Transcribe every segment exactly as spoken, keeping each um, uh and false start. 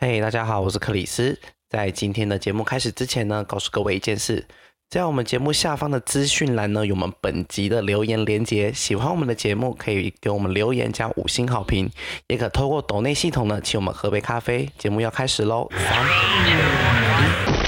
嘿、大家好，我是克里斯。在今天的节目开始之前呢，告诉各位一件事，在我们节目下方的资讯栏呢，有我们本集的留言连结。喜欢我们的节目，可以给我们留言加五星好评，也可透过抖内系统呢，请我们喝杯咖啡。节目要开始喽，三二一。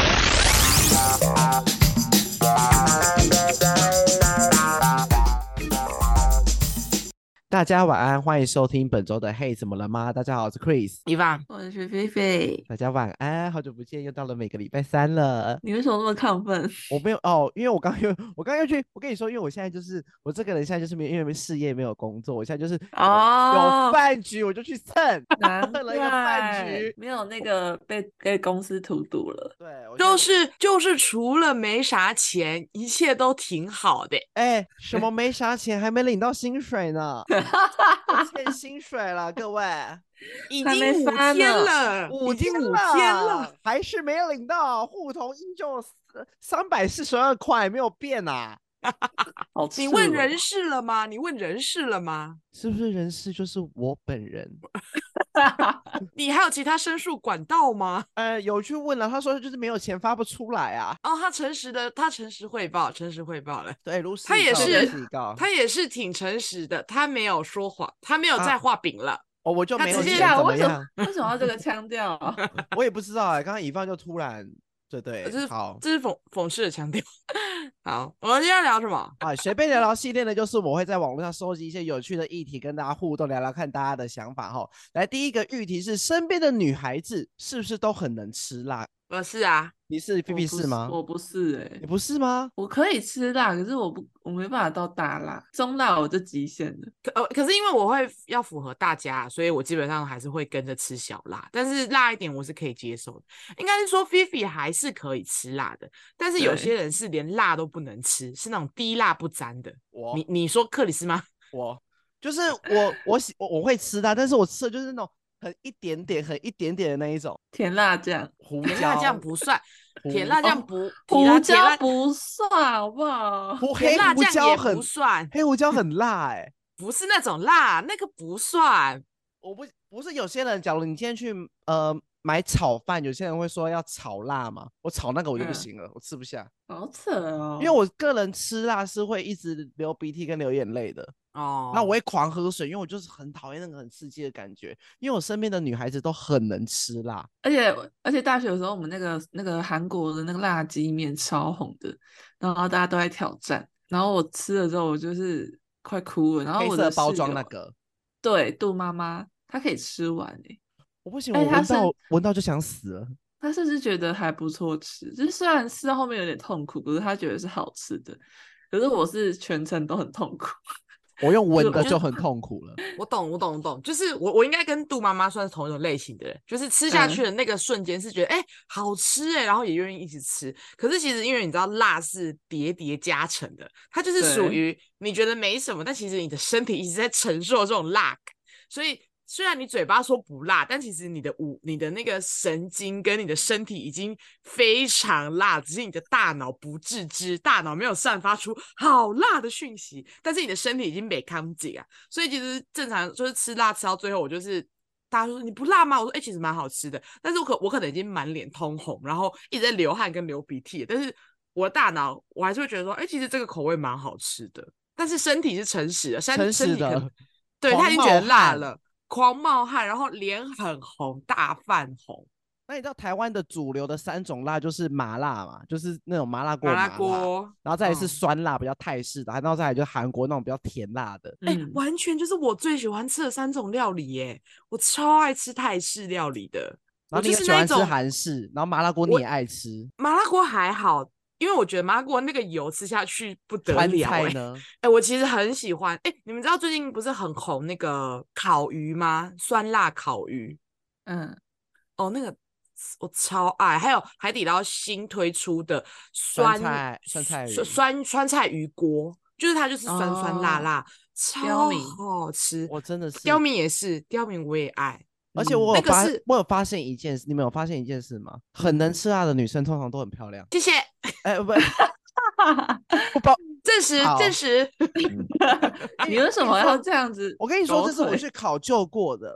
大家晚安，欢迎收听本周的嘿怎么了吗？大家好，我是 Chris， 伊凡， 我是菲菲。 大家晚安，好久不见，又到了每个礼拜三了。 你为什么那么亢奋？ 我没有哦，因为我刚又我刚又去，我跟你说，因为我现在就是我这个人现在就是没因为事业没有工作，我现在就是哦有饭局我就去蹭， 难蹭了一个饭局， 没有那个被被公司荼毒了。 对，我就是就是除了没啥钱，一切都挺好的。 哎，什么没啥钱，还没领到薪水呢，欠薪水了，各位， 已还没经五发天呢了， 五已经五天了， 天了， 还是没有领到，户头依旧三百四十二块，没有变啊。 好吃你问哦人事了吗？你问人事了吗？ 是不是人事就是我本人？ 你还有其他申诉管道吗？ 呃，有去问了，他说就是没有钱发不出来啊。 哦，他诚实的，他诚实汇报，诚实汇报了。 对，如实他也以告是如实以告他也是挺诚实的，他没有说谎，他没有啊再画饼了。 哦，我就没有他直接钱怎么为什么样？ 为什么要这个腔调啊？ 我也不知道哎、刚刚乙方就突然，对对， 这是好， 这是讽讽刺的强调。好，我们今天要聊什么？ 啊，随便聊聊系列呢，就是我会在网络上收集一些有趣的议题，跟大家互动，聊聊看大家的想法哈。来，第一个议题是身边的女孩子是不是都很能吃辣？ 我是啊， 你是 P 我 P 不是吗？ 我不是哎、 你不是吗？ 我可以吃辣，可是我不我没办法到大辣，中辣我就极限了。 可呃，可是因为我会要符合大家，所以我基本上还是会跟着吃小辣，但是辣一点我是可以接受的。应该是说菲菲还是可以吃辣的，但是有对些人是连辣都不能吃，是那种低辣不沾的。 我你你说克里斯吗？ 我就是我我喜我我会吃辣，但是我吃的就是那种很一点点、很一点点的那一种甜辣酱， 胡甜辣酱椒。 不算， 胡甜辣酱哦不，甜胡辣甜辣椒不算好不好？ 胡甜辣黑胡酱也椒很不算， 黑胡椒很辣哎、 不是那种辣，那个不算。 我不不是有些人，假如你今天去呃买炒饭，有些人会说要炒辣嘛，我炒那个我就不嗯行了，我吃不下， 好扯哦。 因为我个人吃辣是会一直流鼻涕跟流眼泪的。 哦， 那我会狂喝水，因为我就是很讨厌那个很刺激的感觉。因为我身边的女孩子都很能吃辣， 而且而且大学的时候，我们那个那个韩国的那个辣鸡面超红的，然后大家都在挑战，然后我吃了之后，我就是快哭了。然后黑我的色包室友装那个， 对杜妈妈，她可以吃完诶、 我不行， 哎她是我闻到闻到就想死了。 她甚至觉得还不错吃，就是虽然吃到后面有点痛苦，可是她觉得是好吃的。可是我是全程都很痛苦。 我用闻的就就很痛苦了。 我懂，我懂，我懂，就是我，我应该跟杜妈妈算是同一种类型的人，就是吃下去的那个瞬间是觉得，哎、欸，好吃哎、欸，然后也愿意一直吃。可是其实因为你知道，辣是叠叠加成的，它就是属于你觉得没什么，但其实你的身体一直在承受这种辣感，所以。虽然你嘴巴说不辣，但其实你的五、你的那个神经跟你的身体已经非常辣，只是你的大脑不自知，大脑没有散发出好辣的讯息，但是你的身体已经没康紧啊。所以其实正常就是吃辣吃到最后，我就是大家说你不辣吗？我说哎、欸，其实蛮好吃的，但是我可我可能已经满脸通红，然后一直在流汗跟流鼻涕，但是我的大脑我还是会觉得说，哎、欸，其实这个口味蛮好吃的，但是身体是诚实的， 诚实的， 对他已经觉得辣了。狂冒汗，然后脸很红，大泛红。 那你知道台湾的主流的三种辣就是麻辣嘛，就是那种麻辣锅、麻辣锅， 然后再来是酸辣，比较泰式的，然后再来就是韩国那种比较甜辣的。 哎、嗯欸，完全就是我最喜欢吃的三种料理耶！我超爱吃泰式料理的， 然后你也喜欢吃韩式，然后麻辣锅你也爱吃。 麻辣锅还好。因为我觉得麻辣锅那个油吃下去不得了、欸， 川菜呢？ 哎、欸，我其实很喜欢。哎、欸，你们知道最近不是很红那个烤鱼吗？酸辣烤鱼。 嗯， 哦，那个我超爱。还有海底捞新推出的酸菜酸菜鱼酸酸菜鱼锅，就是它就是酸酸辣辣，哦、超好吃。 我真的是刁民也是，刁民我也爱。 而且我有发、 嗯那个、 我有发现一件事，你们有发现一件事吗？很能吃辣的女生通常都很漂亮。 谢谢。 哎、欸，不，不包证实证实。 你为什么要这样子？ 我跟你说，这是我去考究过的。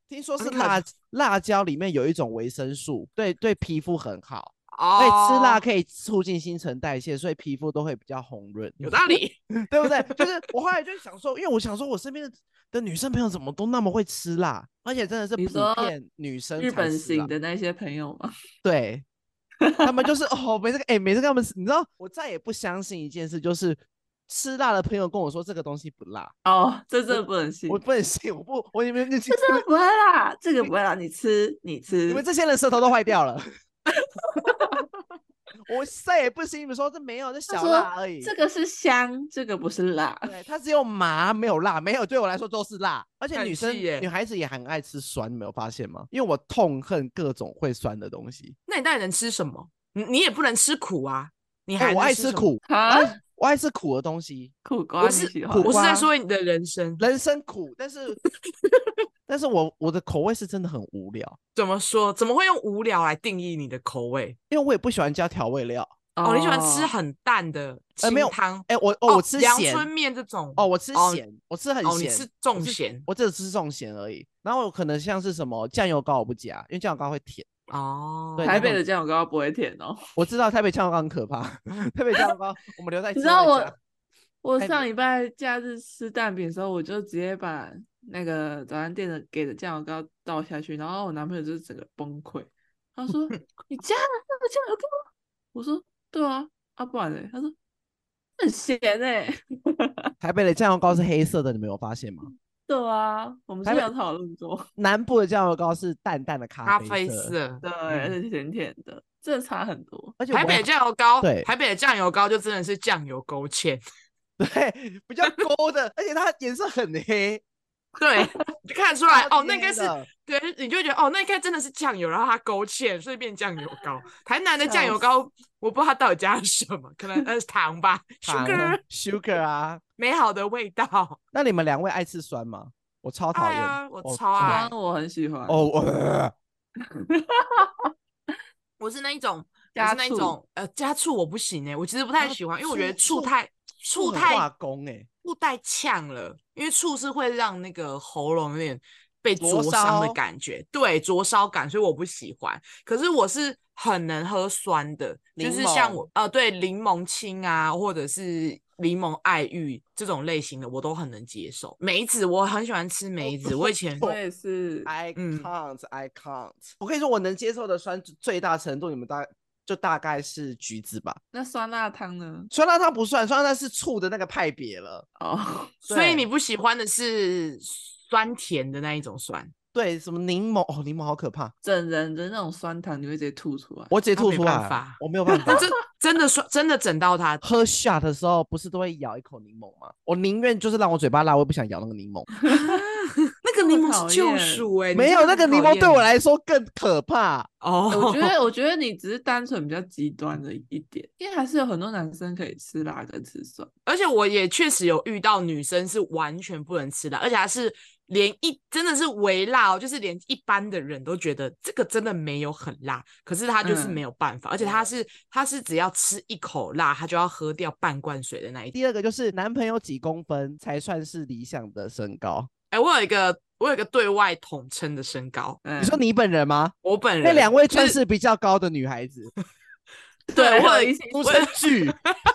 听说是辣辣椒里面有一种维生素，对对皮肤很好。 哦， 所以吃辣可以促进新陈代谢，所以皮肤都会比较红润， 有道理， 对不对？就是我后来就想说，因为我想说，我身边的的女生朋友怎么都那么会吃辣，而且真的是普遍女生日本型的那些朋友吗？ 对，他们就是哦，每次哎、欸，每次跟他们，你知道，我再也不相信一件事，就是吃辣的朋友跟我说这个东西不辣。 哦，这真的不能信， 我, 我不能信，我不，我你们这真的不会辣，这个不会辣，你吃你吃， 你们这些人舌头都坏掉了。我再也不信你们说这没有，这小辣而已。 这个是香，这个不是辣。 对，它只有麻没有辣，没有对我来说都是辣。而且女生女孩子也很爱吃酸，你没有发现吗？因为我痛恨各种会酸的东西。 那你到底能吃什么？你你也不能吃苦啊，你还、 欸、我爱吃苦啊，我爱吃苦的东西。 苦瓜你喜欢？ 我是在说你的人生， 人生苦，但是但是我我的口味是真的很无聊。 怎么说？怎么会用无聊来定义你的口味？ 因为我也不喜欢加调味料。 哦，你喜欢吃很淡的清汤？ 哎、呃欸，我哦，我吃咸， 阳春面这种。 哦，我吃咸，哦、我吃很咸。 哦，你吃重咸， 我只是吃重咸而已。然后我可能像是什么酱油膏我不加，因为酱油膏会甜。 哦， 对， 台北的酱油膏不会甜哦。 我知道台北酱油膏很可怕，台北酱油膏我们留在。 你知道我我上礼拜假日吃蛋饼的时候，我就直接把那个早餐店的给的酱油膏倒下去，然后我男朋友就是整个崩溃，他说：“你加了那个酱油膏？”我说：“对啊，啊不然嘞？”他说：“很咸哎、欸。” 台北的酱油膏是黑色的，你们有发现吗？ 对啊，我们是有讨论过。 南部的酱油膏是淡淡的咖啡色， 啡色对，而且甜甜的，这差很多。 而且台北的酱油膏， 对， 台北的酱油膏就真的是酱油勾芡， 对，比较勾的，而且它颜色很黑。 对，就看得出来哦，那应该是对，你就觉得哦，那应该真的是酱油，然后它勾芡，所以变酱油膏。台南的酱油膏，我不知道它到底加了什么，可能呃糖吧，sugar sugar 啊， 美好的味道。 那你们两位爱吃酸吗？我超讨厌、 啊，我超爱， 我很喜欢。 哦，我我是那一种，我是那一种呃，加醋我不行哎、欸，我其实不太喜欢，因为我觉得醋太醋太化工哎、欸， 醋太呛了，因为醋是会让那个喉咙有点被灼伤的感觉，对，灼烧感，所以我不喜欢。可是我是很能喝酸的，就是像我呃，对，柠檬青啊，或者是柠檬爱玉这种类型的，我都很能接受。梅子我很喜欢吃梅子，我以前我也是 ，I can't,、嗯、I can't。我跟你说，我能接受的酸最大程度，你们大概就大概是橘子吧。 那酸辣汤呢？ 酸辣汤不算，酸辣汤是醋的那个派别了。 哦， 所以你不喜欢的是酸甜的那一种酸。 对，什么柠檬哦，柠檬好可怕， 整人的那种酸糖你会直接吐出来， 我直接吐出来， 没法我没有办法。 真真的酸，真的整到它。 喝 shot 的时候不是都会咬一口柠檬吗？我宁愿就是让我嘴巴辣，我也不想咬那个柠檬。 那个柠檬是救赎哎， 没有那个柠檬对我来说更可怕哦。 我觉得，我觉得你只是单纯比较极端的一点，因为还是有很多男生可以吃辣跟吃酸， 而且我也确实有遇到女生是完全不能吃辣，而且还是连一真的是微辣哦，就是连一般的人都觉得这个真的没有很辣，可是他就是没有办法，嗯、而且他是他是只要吃一口辣，他就要喝掉半罐水的那一种。 第二个就是男朋友几公分才算是理想的身高？ 哎、欸，我有一个我有一个对外统称的身高， 嗯、你说你本人吗？ 我本人。 那两位算是比较高的女孩子。 对，我有一出生剧。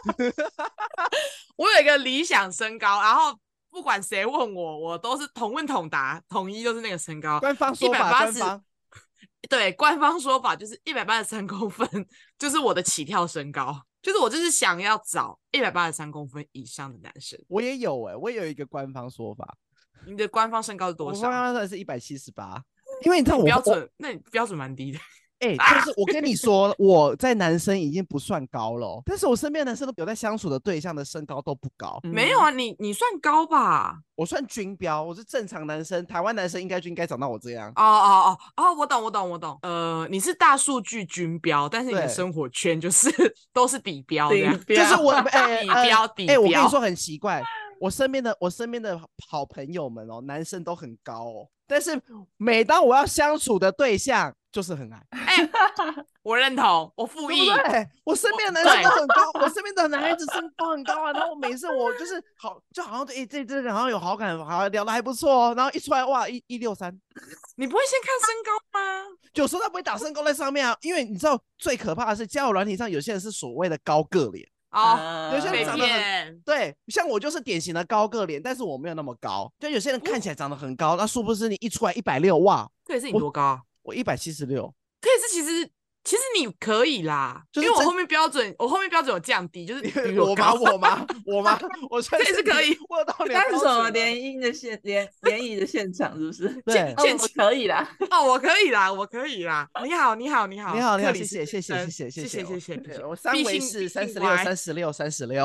我有一个理想身高，然后不管谁问我，我都是统问统答，统一就是那个身高。 官方说法，官方对官方说法就是一百八十三公分，就是我的起跳身高，就是我就是想要找一百八十三公分以上的男生。 我也有哎、欸，我也有一个官方说法。 你的官方身高是多少？ 我官方说是一百七十八，因为你知道我标准，那你标准蛮低的。 哎、欸，就是我跟你说，我在男生已经不算高了，但是我身边的男生都有在相处的对象的身高都不高。 嗯、没有啊，你你算高吧？ 我算均标，我是正常男生，台湾男生应该就应该长到我这样。 哦哦哦哦，我懂我懂我懂。呃，你是大数据均标，但是你的生活圈就是都是底标这样， 就是我哎、 底标底标。 哎、欸，我跟你说很奇怪。我身边的我身边的好朋友们哦，男生都很高哦，但是每当我要相处的对象就是很矮。 哎、欸，我认同，我复议。 对，我身边的男生都很高，我身边的男孩子身高很高啊。然后每次我就是好，就好像对这这个好像有好感，好像聊得还不错哦。然后一出来哇，一一六三， 你不会先看身高吗？ 有时候他不会打身高在上面啊，因为你知道最可怕的是交友软体上有些人是所谓的高个脸。 哦， 有些人长得很很对，像我就是典型的高个脸，但是我没有那么高。就有些人看起来长得很高，那殊不知你一出来一百六，哇！ 可是你多高？ 我一百七十六。 可是其实其实你可以啦，就是因为我后面标准，我后面标准有降低，就是我吗？我吗？我吗？我这也是可以。 我有到你的但是什么联谊的现联联谊的现场是不是？ 对， 现场可以啦。 哦，我可以啦，我可以啦。你好，你好，你好， 你好，你好，谢谢，谢谢，谢谢， 谢谢，谢谢。 我三围是三十六，三十六，三十六。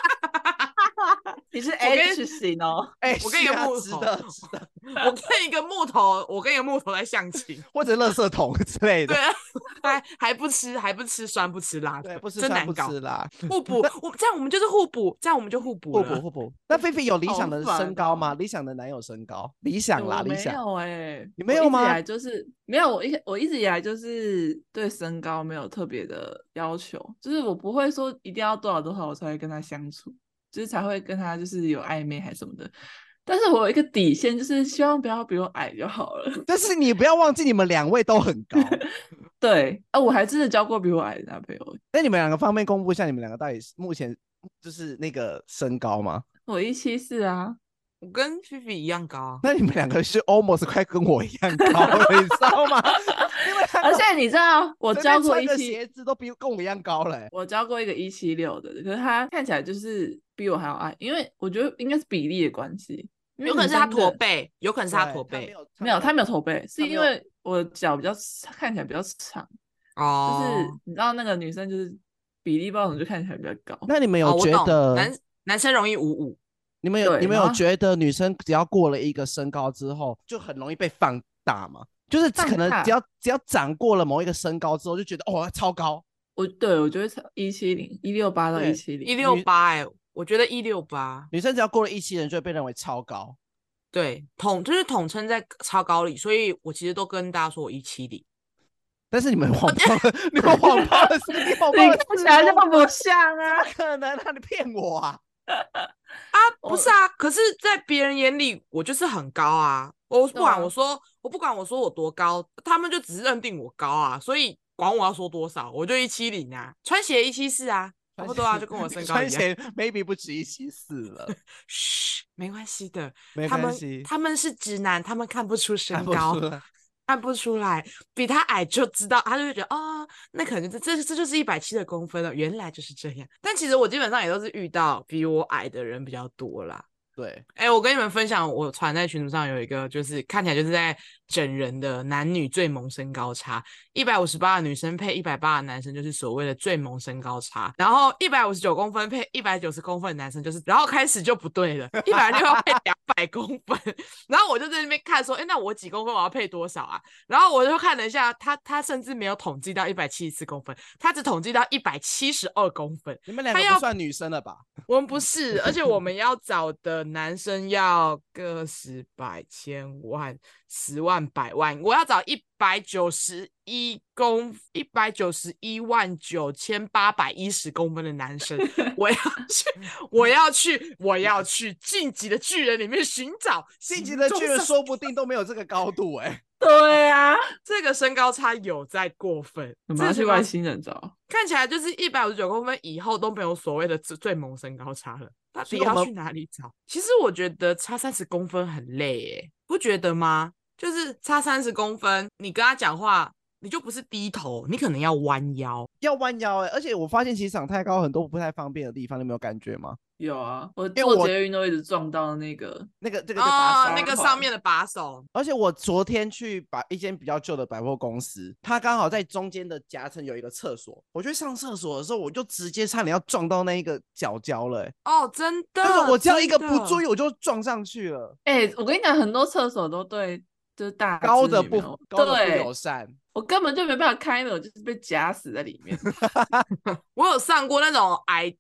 你是 H 型哦， 哎，我跟一个木头， 值得，值得。 我跟一个木头，我跟一个木头在相亲， 或者垃圾桶之类的。 对，还还不吃，还不吃酸，不吃辣， 对，不吃酸，不吃辣， 互补。我这样我们就是互补，这样我们就互补互补，互补。那菲菲有理想的身高吗？理想的男友身高，理想啦，理想。 没有哎， 你没有吗？ 我一直以来就是没有，我一我一直以来就是对身高没有特别的要求，就是我不会说一定要多少多少我才会跟他相处。就是才会跟他就是有暧昧还是什么的，但是我有一个底线，就是希望不要比我矮就好了。 但是你不要忘记，你们两位都很高。 对啊，我还真的交过比我矮的男朋友。 那你们两个方便公布一下，你们两个到底目前就是那个身高吗？ 我一七四啊， 我跟菲菲一样高。 那你们两个是 almost 快跟我一样高了，你知道吗？ 而且你知道，我交过一七鞋子都比跟我一样高了、欸。 我交过一个一七六的，可是他看起来就是比我还要矮，因为我觉得应该是比例的关系， 有可能是他驼背，有可能是他驼背， 没有他没有驼背，是因为我的脚比较看起来比较长，哦，就是你知道那个女生就是比例不知道怎么就看起来比较高。 那你们有觉得、 哦、男男生容易五五？ 你们有你们有觉得女生只要过了一个身高之后，就很容易被放大吗？就是可能只要只要长过了某一个身高之后，就觉得哦超高。 我对我觉得一七零一六八到一七零一六八哎，我觉得一六八女生只要过了一七零就会被认为超高。 对，统就是统称在超高里，所以我其实都跟大家说我一七零。 但是你们谎报了，你们谎报了，你谎报了， 看起来就不像啊！ 怎么可能啊？你骗我啊！ 啊，不是啊，可是在别人眼里我就是很高啊。我不管我说、啊、我不管我说我多高，他们就只是认定我高啊，所以管我要说多少，我就一七零啊，穿鞋一七四啊，差不多啊，就跟我身高一样。 穿鞋 maybe 不止一七四了。 嘘，没关系的， 没关系， 他们他们是直男，他们看不出身高。看不出来，比他矮就知道，他就会觉得哦，那可能这这这就是一百七十公分了，原来就是这样。但其实我基本上也都是遇到比我矮的人比较多啦。 对， 哎、欸，我跟你们分享，我传在群组上有一个，就是看起来就是在整人的男女最萌身高差，一百五十八的女生配一百八的男生就是所谓的最萌身高差，然后一百五十九公分配一百九十公分的男生就是，然后开始就不对了，一百六要配两百公分，然后我就在那边看说，哎、欸，那我几公分我要配多少啊？然后我就看了一下，他他甚至没有统计到一百七十四公分，他只统计到一百七十二公分。 你们两个不算女生了吧？ 我们不是，而且我们要找的男生要个十百千万十万百万，我要找一百九十一公一百九十一万九千八百一十公分的男生，我要去，我要去，我要去晋级的巨人里面寻找。 晋级的巨人说不定都没有这个高度哎、欸。 对啊， 这个身高差有在过分， 我们要去外星人找。 看起来就是一百五十九公分以后都没有所谓的最萌身高差了，到底要去哪里找？其实我觉得差三十公分很累耶，不觉得吗？就是差三十公分，你跟他讲话，你就不是低头，你可能要弯腰， 要弯腰哎、欸。而且我发现其实长太高很多不太方便的地方，你有没有感觉吗？ 有啊，我做捷运都一直撞到那个那个这个把手、 哦、那个上面的把手。 而且我昨天去把一间比较旧的百货公司，它刚好在中间的夹层有一个厕所，我去上厕所的时候，我就直接差点要撞到那一个角角了、欸。 哦，真的， 就是我只要一个不注意，我就撞上去了。 哎、欸，我跟你讲，很多厕所都对，就是大高的不高的不友善。 我根本就没办法开门，我就是被夹死在里面。 我有上过那种矮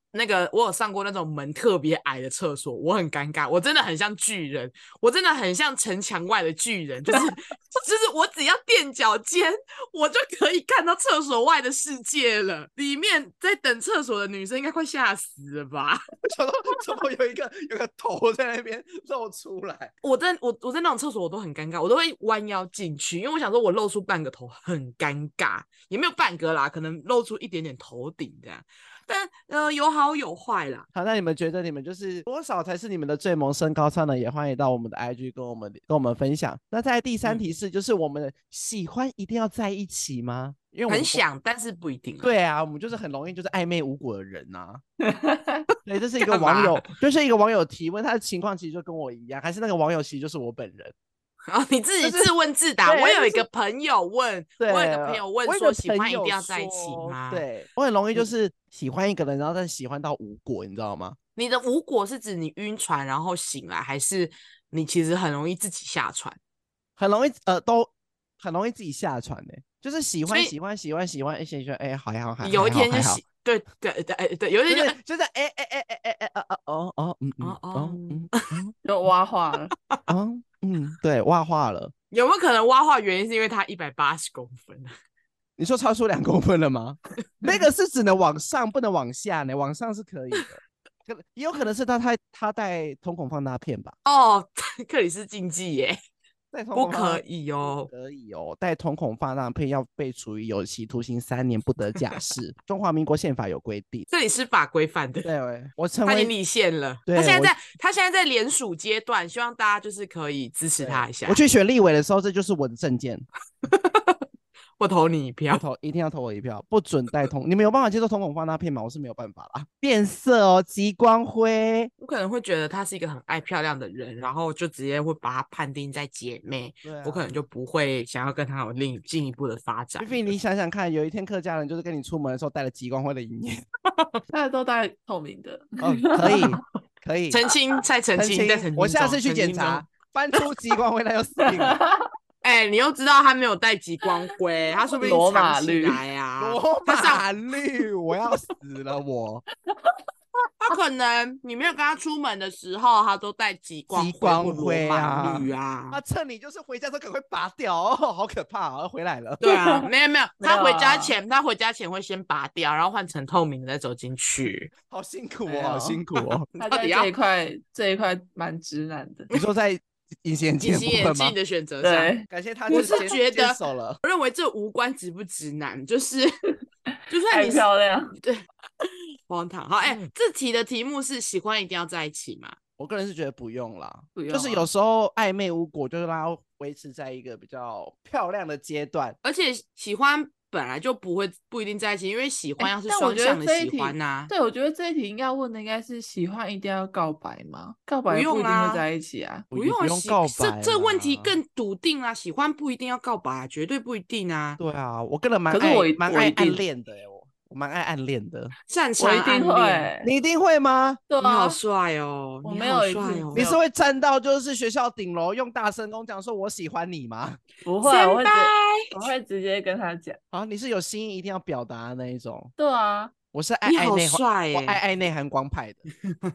那个我有上过那种门特别矮的厕所，我很尴尬，我真的很像巨人，我真的很像城墙外的巨人，就是就是我只要垫脚尖，我就可以看到厕所外的世界了。里面在等厕所的女生应该快吓死了吧？ 想到怎么有一个有个头在那边露出来？ 我在我我在那种厕所我都很尴尬，我都会弯腰进去，因为我想说我露出半个头很尴尬，也没有半个啦，可能露出一点点头顶这样。但呃有好有坏啦。 好，那你们觉得你们就是多少才是你们的最萌身高差呢？也欢迎到我们的 I G 跟我们跟我们分享。那在第三题是，就是我们喜欢一定要在一起吗？因为我们很想，但是不一定。 对啊，我们就是很容易就是暧昧无果的人啊。对，这是一个网友，就是一个网友提问，他的情况其实就跟我一样，还是那个网友其实就是我本人。 哦，你自己自问自答。我有一个朋友问，我有一个朋友问说，喜欢一定要在一起吗？ 对，我很容易就是喜欢一个人，然后但喜欢到无果，你知道吗？ 你的无果是指你晕船然后醒来，还是你其实很容易自己下船？ 很容易，呃，都很容易自己下船呢、欸。就是喜欢喜欢喜欢喜欢，喜欢哎，好好好， 有一天就喜，对对对对对，有一天就就是哎哎哎哎哎哎哦哦嗯嗯哦嗯就蛙化了， 哦嗯，对，蛙化了。 有没有可能蛙化原因是因为他一百八十公分？ 你说超出两公分了吗？那个是只能往上，不能往下呢，往上是可以的。可也有可能是他他他带瞳孔放大片吧？ 哦，克里斯禁忌耶。不可以哦，不可以哦！带瞳孔放大片要被处以有期徒刑三年，不得假释。中华民国宪法有规定， 这里是法规范的。 对，我成为他已经立宪了。他现在在，他现在在联署阶段，希望大家就是可以支持他一下。 我去选立委的时候，这就是我的政见。 我投你一票， 我投一定要投我一票，不准带瞳。你们有办法接受瞳孔放大片吗？我是没有办法啦。变色哦，极光辉。 我可能会觉得他是一个很爱漂亮的人，然后就直接会把他判定在姐妹。啊、我可能就不会想要跟他有另进一步的发展。 菲菲，你想想看，有一天客家人就是跟你出门的时候带了极光辉的银眼， 大家都带透明的。 哦，可以，可以。 澄清，再澄清，再澄清。 我下次去检查，翻出极光辉，那就死定了。 哎、欸，你又知道他没有带极光辉，他说不定藏起来啊。 罗马绿，我要死了我！ 他可能你没有跟他出门的时候，他都带极光辉啊，绿啊。 他趁你就是回家都赶快拔掉哦，好可怕啊！回来了。 对啊，没有没有，他回家前他回家前会先拔掉，然后换成透明的再走进去。 好辛苦哦，好辛苦哦。 他在这一块这一块蛮直男的。 你说在？隐形眼镜隐形眼镜的选择上， 感谢他。 我是觉得，我认为这无关直不直男，就是就算你太漂亮， 对，荒唐。好，哎、欸，这题的题目是喜欢一定要在一起吗？ 我个人是觉得不用啦， 不用、啊， 就是有时候暧昧无果，就是让它维持在一个比较漂亮的阶段， 而且喜欢。本来就不会不一定在一起，因为喜欢要是双向的喜欢呐、啊欸。对，我觉得这一题应该问的应该是喜欢一定要告白吗？告白不一定会在一起啊， 不用啊， 不用告白、啊。 这这问题更笃定啦，喜欢不一定要告白、啊，绝对不一定啊。 对啊，我个人蛮爱， 可是我蛮爱暗恋的、欸，我我蛮爱暗恋的， 擅长暗恋。 你一定会吗？ 对啊， 你好帅哦， 我没有你好帅哦。 你是会站到就是学校顶楼用大声公讲说我喜欢你吗？ 不会，我会我会直接跟他讲。 啊，你是有心意一定要表达的那一种。 对啊， 我是爱爱内涵， 我爱爱内涵光派的。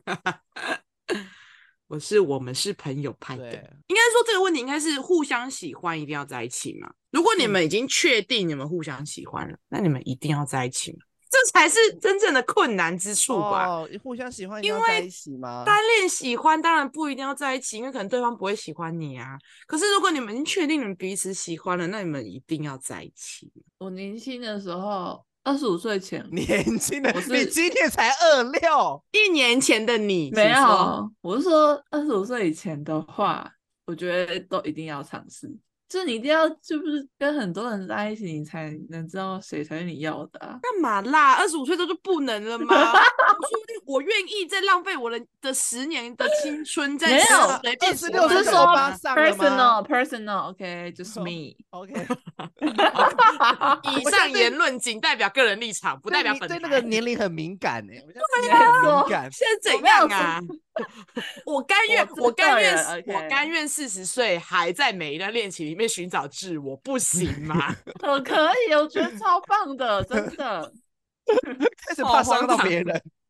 我是我们是朋友派的。应该说这个问题应该是互相喜欢一定要在一起嘛？如果你们已经确定你们互相喜欢了，那你们一定要在一起吗？这才是真正的困难之处吧。 哦，互相喜欢一定要在一起吗？ 单恋喜欢当然不一定要在一起，因为可能对方不会喜欢你啊。可是如果你们已经确定你们彼此喜欢了，那你们一定要在一起。 我年轻的时候，二十五岁前， 年轻的，你今年才二六， 一年前的你没有，我是说二十五岁以前的话，我觉得都一定要尝试。就是你一定要，就是跟很多人在一起，你才能知道谁才是你要的啊！ 干嘛啦？二十五岁都就不能了吗？说不定我愿意再浪费我的的十年的青春，在随便十六岁就是说上 personal personal，OK，just me，OK。 以上言论仅代表个人立场，不代表本台。 对那个年龄很敏感哎、欸， 对啊， 敏感。 现在怎样啊？我甘愿，我甘愿，我甘愿四十岁还在每一段恋情里面寻找自我，不行吗？ 我可以，我觉得超棒的，真的。 开始怕伤到别人。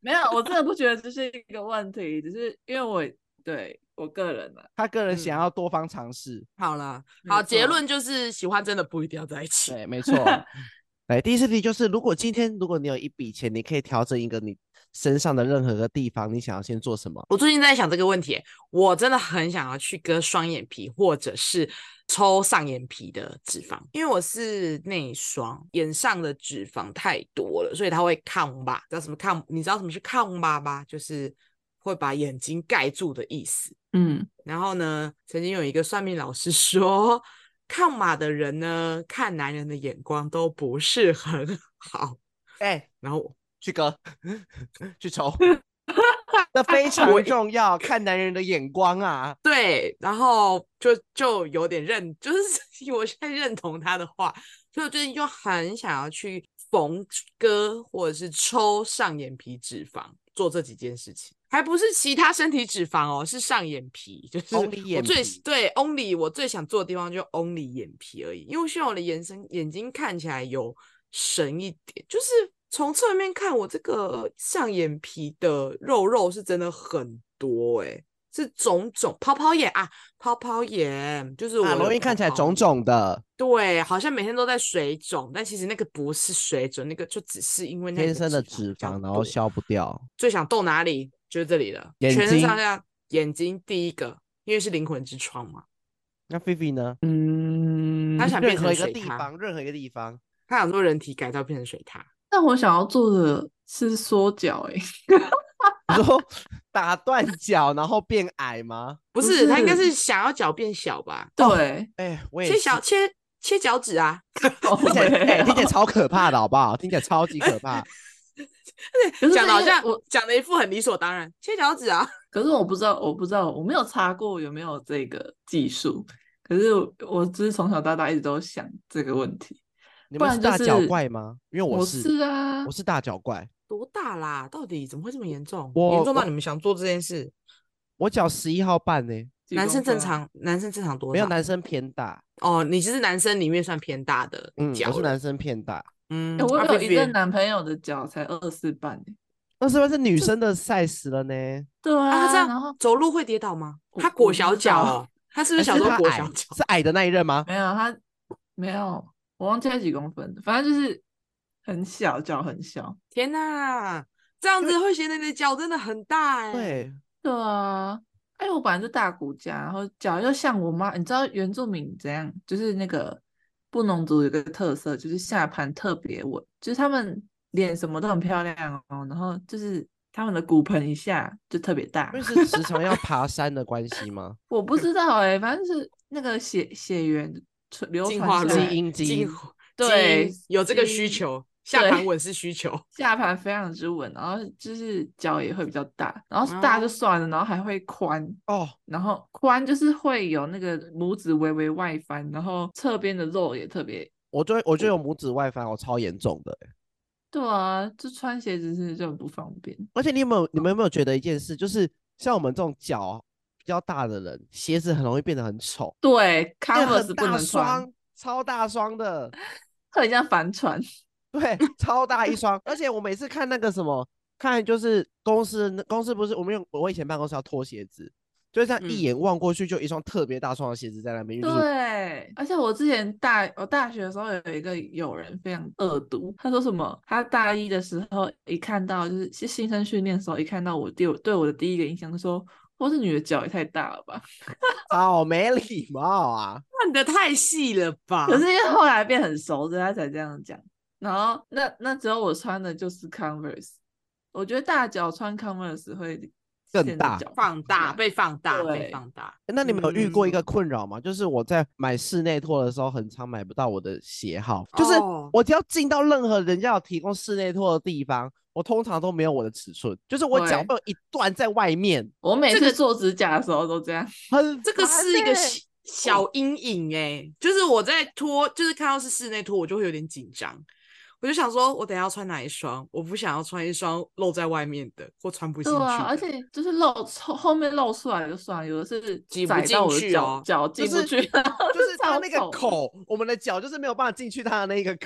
没有，我真的不觉得这是一个问题，只是因为我对我个人啊， 他个人想嗯要多方尝试。 好了， 没好，结错论就是喜欢真的不一定要在一起。 对，没错。来，第四题就是，如果今天如果你有一笔钱，你可以调整一个你身上的任何个地方，你想要先做什么？ 我最近在想这个问题，我真的很想要去割双眼皮，或者是抽上眼皮的脂肪，因为我是内双，眼上的脂肪太多了，所以它会抗吧？知道什么抗？你知道什么是抗吧吧？就是会把眼睛盖住的意思。 嗯， 然后呢，曾经有一个算命老师说，抗马的人呢，看男人的眼光都不是很好。 哎、欸， 然后去割，去抽，这非常重要，看男人的眼光啊。 对，然后就就有点认，就是我现在认同他的话，所以我最近就很想要去缝割或者是抽上眼皮脂肪，做这几件事情。还不是其他身体脂肪哦，是上眼皮，就是我 Only 眼最皮对 only 我最想做的地方就 only 眼皮而已，因为我希望我的眼神眼睛看起来有神一点，就是从侧面看我这个上眼皮的肉肉是真的很多诶、欸，是肿肿泡泡眼啊，泡泡眼就是我啊， 有容易看起来泡泡肿肿的， 对，好像每天都在水肿，但其实那个不是水肿，那个就只是因为那个天生的脂脂肪，然肪比较多后消不掉。 最想动哪里？就是这里了， 眼全身睛上下眼睛第一个，因为是灵魂之窗嘛。 那菲菲呢？ 嗯， 他想变成任何一个水獭， 地方，任何一个地方。 他想做人体改造变成水獭。 但我想要做的是缩脚、欸， 你说打断脚然后变矮吗？ 不不是，他应该是是想要脚变小吧？ 对， 哎、我也是。 切小切切脚趾啊！ 听起来，哎、听起来超可怕的，好不好？听起来超级可怕。 可是讲的好像我讲的一副很理所当然，切脚趾啊！ 可是我不知道，我不知道，我没有查过有没有这个技术。可是我我只是从小到大一直都想这个问题。 你不然就们是大脚是怪吗？因为我是， 是啊我，是大脚怪。 多大啦？到底怎么会这么严重？ 我严重到我你们想做这件事？ 我脚十一号半呢、 几男生正公分啊， 常，男生正常多少？ 没有男生偏大。 哦，你就是男生里面算偏大的嗯， 脚了。 我是男生偏大。 嗯， 欸我啊有一任菲菲男朋友的脚才二四半欸那是不是女生的 size 了呢？ 对啊，他啊， 这然后样走路会跌倒吗？ 我他裹小脚哦，他是不是还小时候他矮裹小脚？ 是矮的那一任吗？ 没有他没有，我忘记他几公分的，反正就是很小，脚很小。 天哪，这样子会显得你的脚真的很大哎。 对， 对啊，哎，我本来就大骨架，然后脚又像我妈，你知道原住民怎样？就是那个布农族有个特色，就是下盘特别稳，就是他们脸什么都很漂亮哦，然后就是他们的骨盆一下就特别大因。为是时常要爬山的关系吗？ 我不知道哎、反正是那个血血缘传流进化论传下来基因基因基因对基因有这个基因需求，下盘稳是需求。 下盘非常之稳，然后就是脚也会比较大，然后大就算了，然后还会宽， 哦， 然后宽就是会有那个拇指微微外翻，然后侧边的肉也特别。 我就我就有拇指外翻，我超严重的欸。 对啊，就穿鞋子是就很不方便。 而且你有没有你们有没有觉得一件事，就是像我们这种脚比较大的人，鞋子很容易变得很丑， 对变得 ，Converse 很大不能穿， 双，超大双的。 很像帆船。 对，超大一双。而且我每次看那个什么，看就是公司公司不是我们用我以前办公室要脱鞋子，就这样一嗯眼望过去就一双特别大双的鞋子在那边，因为就是对，而且我之前大我大学的时候有一个友人非常恶毒，他说什么？他大一的时候一看到就是是新生训练的时候，一看到我对我对我的第一个印象就说，我这女的脚也太大了吧？ 好没礼貌啊！ 看得太细了吧？ 可是因为后来变很熟，所以他才这样讲。然后那那只有我穿的就是 Converse，我觉得大脚穿 Converse 会更大显得脚放大大被放大对被放大。 欸那你们有遇过一个嗯困扰吗？就是我在买室内拖的时候，很常买不到我的鞋号，就是哦我只要进到任何人家有提供室内拖的地方，我通常都没有我的尺寸，就是我脚会有一段在外面， 我每这个次做指甲的时候都这样。 很这个烦是一个欸小小阴影哎、就是我在拖，就是看到是室内拖，我就会有点紧张。我就想说，我等一下要穿哪一双？我不想要穿一双露在外面的，或穿不进去的。 对啊，而且就是露后后面露出来就算了，有的是挤不窄到我的脚进去哦脚就是进不去，然后就是它那个超丑口，我们的脚就是没有办法进去它的那个口。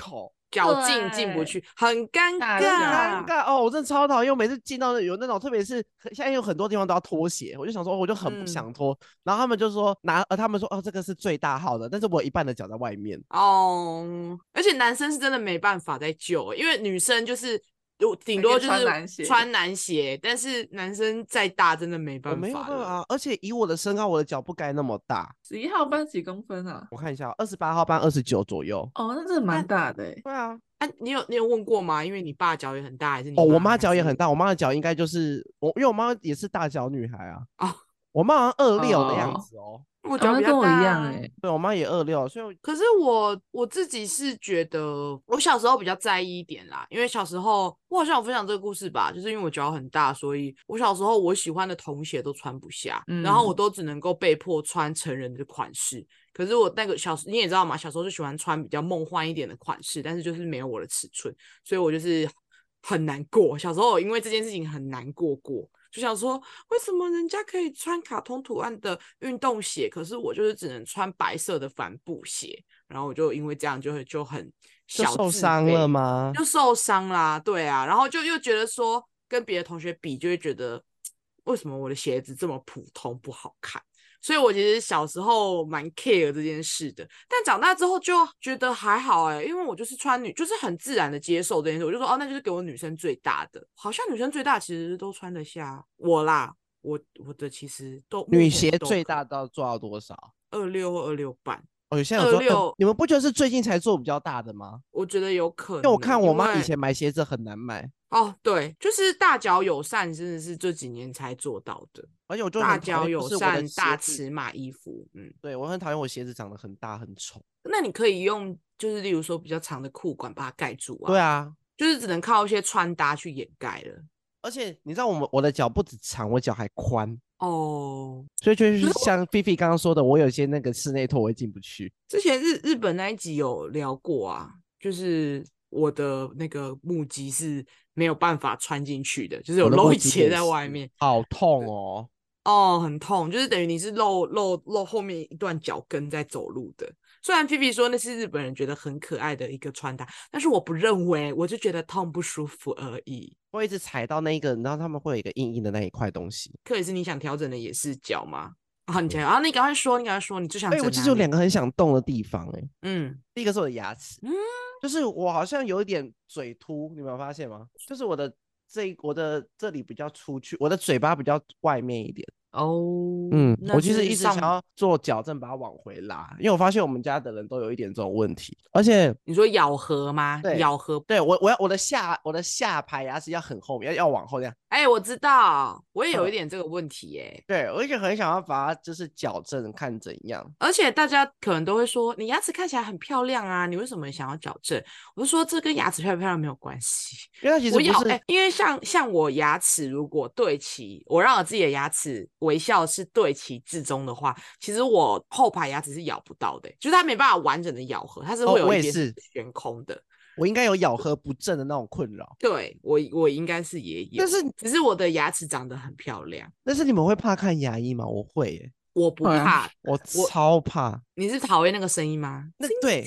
脚进进不去，很尴大尬。 尴尬哦！我真的超讨厌，我每次进到有那种，特别是现在有很多地方都要脱鞋，我就想说，我就很不想脱。嗯、然后他们就说拿，呃，他们说哦，这个是最大号的，但是我一半的脚在外面。 哦，而且男生是真的没办法再救，因为女生就是顶多就是穿男鞋，但是男生再大真的没办法。 我没有办法，而且以我的身高，我的脚不该那么大。 十一号班几公分啊？ 我看一下，二十八号班二十九左右。 哦，那真的蛮大的、欸。 对啊。 啊，你有你有问过吗？因为你爸脚也很大，还是你哦，我妈脚也很大，我妈的脚应该就是我，因为我妈也是大脚女孩啊。 哦， 我妈好像二六的样子哦。 我脚比较大、啊跟我一样哎、欸。 对，我妈也二六，所以可是我我自己是觉得，我小时候比较在意一点啦，因为小时候我好像有分享这个故事吧，就是因为我脚很大，所以我小时候我喜欢的童鞋都穿不下，嗯、然后我都只能够被迫穿成人的款式。可是我那个小你也知道嘛，小时候就喜欢穿比较梦幻一点的款式，但是就是没有我的尺寸，所以我就是很难过。小时候因为这件事情很难过过，就想说为什么人家可以穿卡通图案的运动鞋，可是我就是只能穿白色的帆布鞋，然后我就因为这样就会就很小自卑， 就受伤了吗？ 就受伤啦，对啊，然后就又觉得说跟别的同学比，就会觉得为什么我的鞋子这么普通不好看。所以我其实小时候蛮 care 这件事的，但长大之后就觉得还好哎、欸，因为我就是穿女，就是很自然的接受这件事，我就说哦，那就是给我女生最大的，好像女生最大其实都穿得下我啦，我我的其实都女鞋最大到做到多少？ 二六或二六半。 哦，现在有做、呃、你们不觉得是最近才做比较大的吗？ 我觉得有可能， 因为我看我妈以前买鞋子很难买。 哦，对，就是大脚友善真的是这几年才做到的， 而且我就大脚友善大尺码衣服，嗯， 对，我很讨厌我鞋子长得很大很丑。 那你可以用就是例如说比较长的裤管把它盖住啊。 对啊， 就是只能靠一些穿搭去掩盖了。 而且你知道我们我的脚不止长，我脚还宽哦， 所以就是像菲菲刚刚说的，我有些那个室内拖我会进不去。 之前日日本那一集有聊过啊，就是我的那个木屐是没有办法穿进去的，就是有露一截在外面， 好痛哦。 哦，很痛，就是等于你是露露露后面一段脚跟在走路的。虽然菲菲说那是日本人觉得很可爱的一个穿搭，但是我不认为，我就觉得痛不舒服而已。 会一直踩到那一个，然后他们会有一个硬硬的那一块东西。 可是你想调整的也是脚吗？啊，你啊，你赶快说，你赶快说，你最想整哪里？ 我其实有两个很想动的地方、欸， 嗯， 第一个是我的牙齿，嗯，就是我好像有一点嘴凸，你有没有发现吗？就是我的这我的这里比较出去，我的嘴巴比较外面一点。 哦， 嗯，我其实一直想要做矫正，把它往回拉，因为我发现我们家的人都有一点这种问题，而且你说咬合吗？ 对， 咬合， 对我我要我的下我的下排牙齿要很后面，要要往后这样。 哎、欸，我知道，我也有一点这个问题耶、欸。 对，我也很想要把它就是矫正，看怎样。 而且大家可能都会说，你牙齿看起来很漂亮啊，你为什么想要矫正？我就说这跟牙齿漂不漂亮没有关系， 因为它其实不是， 我欸、因为像像我牙齿如果对齐，我让我自己的牙齿微笑是对齐至中的话，其实我后排牙齿是咬不到的、欸，就是它没办法完整的咬合，它是会有一点悬空的。哦， 我应该有咬合不正的那种困扰， 对，我我应该是也有，但是只是我的牙齿长得很漂亮。 但是你们会怕看牙医吗？我会耶， 我不怕，啊、 我超怕。 你是讨厌那个声音吗？ 那对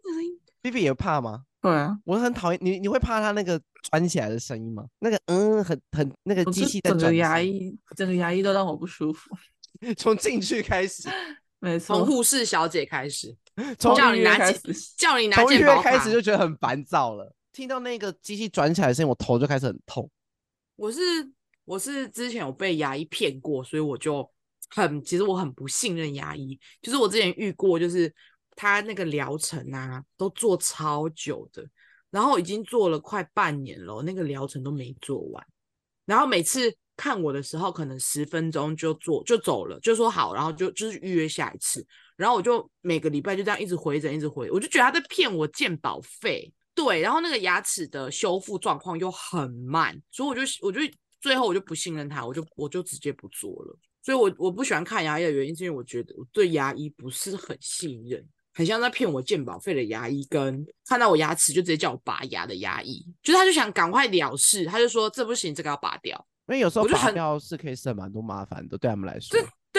，B B 也怕吗？ 对啊， 我很讨厌你，你会怕他那个转起来的声音吗？那个嗯，很很那个机器在转， 整个牙医，整个牙医都让我不舒服， 从进去开始。 没错， 从护士小姐开始， 从叫你拿健，叫你拿健保卡， 从预约开始就觉得很烦躁了。听到那个机器转起来的声音，我头就开始很痛。 我是我是之前有被牙医骗过，所以我就很其实我很不信任牙医。就是我之前遇过，就是他那个疗程啊，都做超久的，然后已经做了快半年了，那个疗程都没做完，然后每次看我的时候，可能十分钟就做就走了，就说好，然后就就是预约下一次，然后我就每个礼拜就这样一直回诊，一直回，我就觉得他在骗我健保费，对，然后那个牙齿的修复状况又很慢，所以我就我就最后我就不信任他，我就我就直接不做了。所以我我不喜欢看牙医的原因，是因为我觉得我对牙医不是很信任，很像在骗我健保费的牙医，跟看到我牙齿就直接叫我拔牙的牙医，就是他就想赶快了事，他就说这不行，这个要拔掉。 因为有时候拔掉是可以省蛮多麻烦的，对他们来说。 但是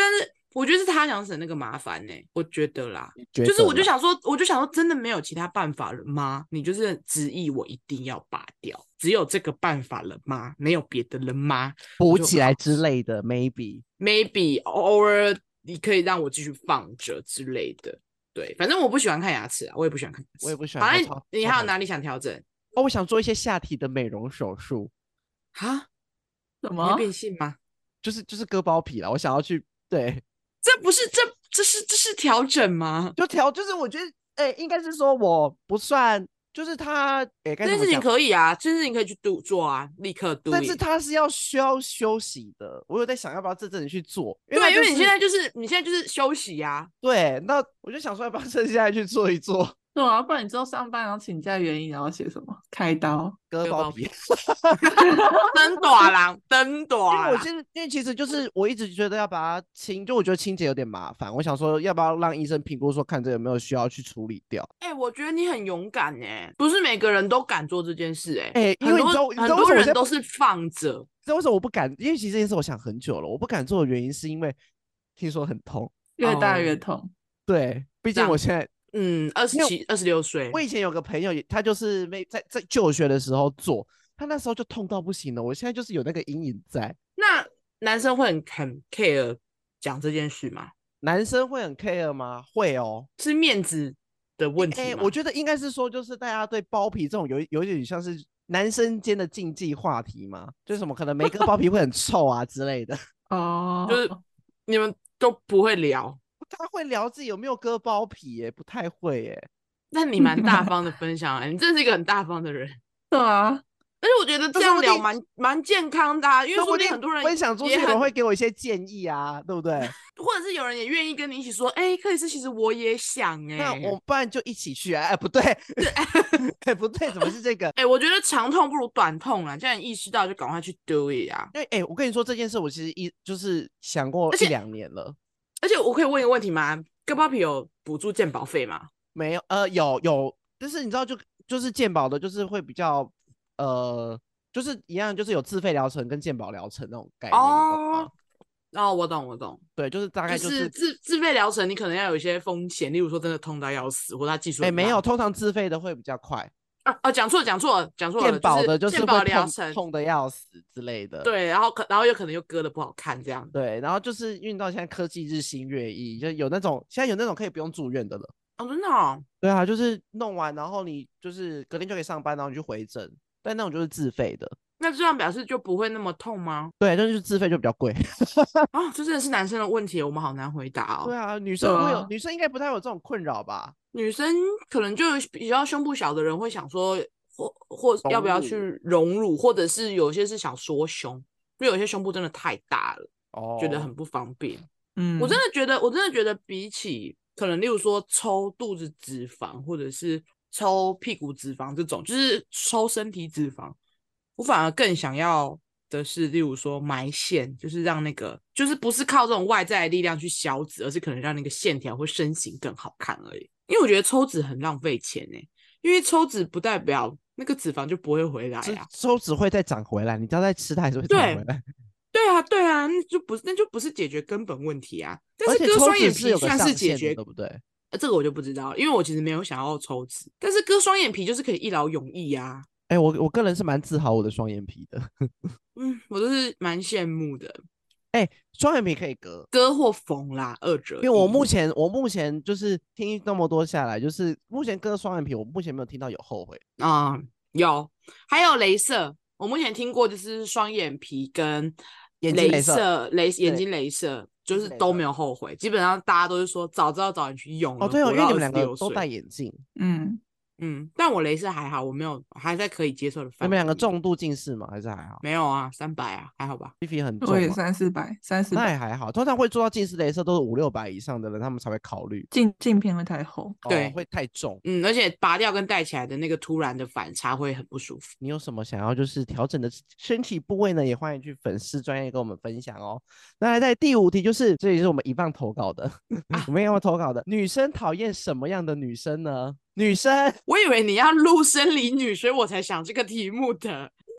我觉得是他想省那个麻烦呢、欸，我觉得啦， 觉得就是我就啦想说，我就想说，真的没有其他办法了吗？你就是执意我一定要拔掉，只有这个办法了吗？没有别的了吗？ 补起来之类的 ，maybe maybe 偶尔你可以让我继续放着之类的。对，反正我不喜欢看牙齿啊，我也不喜欢看牙齿。 我也不喜欢反看超。 正你超讨厌还有哪里想调整哦，我想做一些下体的美容手术， 啊？ 什你会变么？ 性吗？ 就是就是割包皮啦。我想要去对， 这不是这这是这是调整吗？ 就调，就是我觉得，哎、应该是说我不算，就是他，哎、该这件事情怎么讲？ 可以啊，这件事情可以去 do 做啊，立刻 do 但是 it。 他是要需要休息的，我有在想要不要这阵子去做，因为对，因他就是为你现在就是你现在就是休息呀、 对，那我就想说要不要趁现在去做一做对啊，不然你之后上班然后请假原因然后写什么？开刀？ 割包割包皮。 登短郎，登因短郎。 为我现在，因为其实就是我一直觉得要把它清，就我觉得清洁有点麻烦，我想说要不要让医生评估说看这有没有需要去处理掉。 哎、欸，我觉得你很勇敢哎，不是每个人都敢做这件事哎、 哎、因很多为你知道，你知很道为什么我现在不多人都是放着。 知道为什么我不敢？因为其实这件事我想很久了，我不敢做的原因是因为听说很痛。 越大哦越痛。 对，毕竟我现在， 嗯，二十因为七、二十六岁我，以前有个朋友也，他就是没在在就学的时候做，他那时候就痛到不行了。我现在就是有那个阴影在。 那男生会很很 care 讲这件事吗？ 男生会很 care 吗？会哦。 是面子的问题哎、 吗？ 我觉得应该是说，就是大家对包皮这种有有点像是男生间的禁忌话题嘛，就是什么可能没割包皮会很臭啊之类的。 哦， 就是你们都不会聊， 他会聊自己有没有割包皮耶，不太会耶。 那你蛮大方的分享、欸，你真是一个很大方的人。 对啊， 而且我觉得这样聊蛮蛮健康的、啊，因为说不定很多人分享出去， 也很有人会给我一些建议啊，对不对？ 或者是有人也愿意跟你一起说，哎、欸，克里斯，其实我也想哎、 那欸， 我不然就一起去啊？哎，不对，哎，不对，怎么是这个？ 哎、欸，我觉得长痛不如短痛啊，这样意识到就赶快去 do it 啊。 因为哎，我跟你说这件事，我其实一就是想过一两年了。 而且我可以问一个问题吗？割包皮有补助健保费吗？ 没有，呃，有有，但是你知道就就是健保的，就是会比较呃，就是一样，就是有自费疗程跟健保疗程那种概念。 哦，哦，我懂，我懂。 对，就是大概就就是自自费疗程，你可能要有一些风险，例如说真的痛到要死，或者他技术哎， 很烂。 没有，通常自费的会比较快。 啊啊，讲错了，讲错了，讲错了。 健保的就是健保会痛疗程痛的要死之类的。 对，然后可然后有可能又割的不好看这样。 对，然后就是因为到现在科技日新月异，就有那种现在有那种可以不用住院的了。 哦，真的哦。 对啊，就是弄完，然后你就是隔天就可以上班，然后你去回诊，但那种就是自费的。 那这样表示就不会那么痛吗？ 对，但是自费就比较贵。 啊，这真的是男生的问题，我们好难回答哦。 对啊，女生不会有， 啊女生应该不太有这种困扰吧？ 女生可能就比较胸部小的人会想说，或或要不要去隆乳，或者是有些是想缩胸，因为有些胸部真的太大了， 哦， 觉得很不方便。 嗯， 我真的觉得，我真的觉得比起可能例如说抽肚子脂肪，或者是抽屁股脂肪这种，就是抽身体脂肪，我反而更想要的是，例如说埋线，就是让那个，就是不是靠这种外在的力量去消脂，而是可能让那个线条或身形更好看而已。因为我觉得抽脂很浪费钱欸，因为抽脂不代表那个脂肪就不会回来啊， 抽脂会再长回来，你只要再吃它还是会长回来。 对啊，对啊，那就不是那就不是解决根本问题啊。但而且抽是割双眼脂是有个皮算是上限的解决， 对不对？ 呃，这个我就不知道，因为我其实没有想要抽脂，但是割双眼皮就是可以一劳永逸啊。 哎、欸，我我个人是蛮自豪我的双眼皮的。 嗯，我都是蛮羡慕的。 哎、欸，双眼皮可以割， 割或缝啦，二者。 因为我目前我目前就是听那么多下来，就是目前割双眼皮，我目前没有听到有后悔啊、嗯，有，还有雷射，我目前听过就是双眼皮跟雷射，雷眼睛雷射，就是都没有后悔，基本上大家都是说早知道早点去用了。 哦，对哦，因为你们两个都戴眼镜， 嗯。 嗯，但我雷射还好，我没有还在可以接受的范围。 你们两个重度近视吗？还是还好？ 没有啊，三百啊，还好吧。 P P 很重， 我也三四百，三四百。 那也还好。通常会做到近视雷射都是五六百以上的人，他们才会考虑。 镜镜片会太厚， 对、 哦，会太重。 嗯，而且拔掉跟戴起来的那个突然的反差会很不舒服。 你有什么想要就是调整的身体部位呢？也欢迎去粉丝专页跟我们分享哦。那来在第五题，就是这也是我们一棒投稿的，啊、我们要投稿的女生讨厌什么样的女生呢？女生， 我以为你要录生理女，所以我才想这个题目的。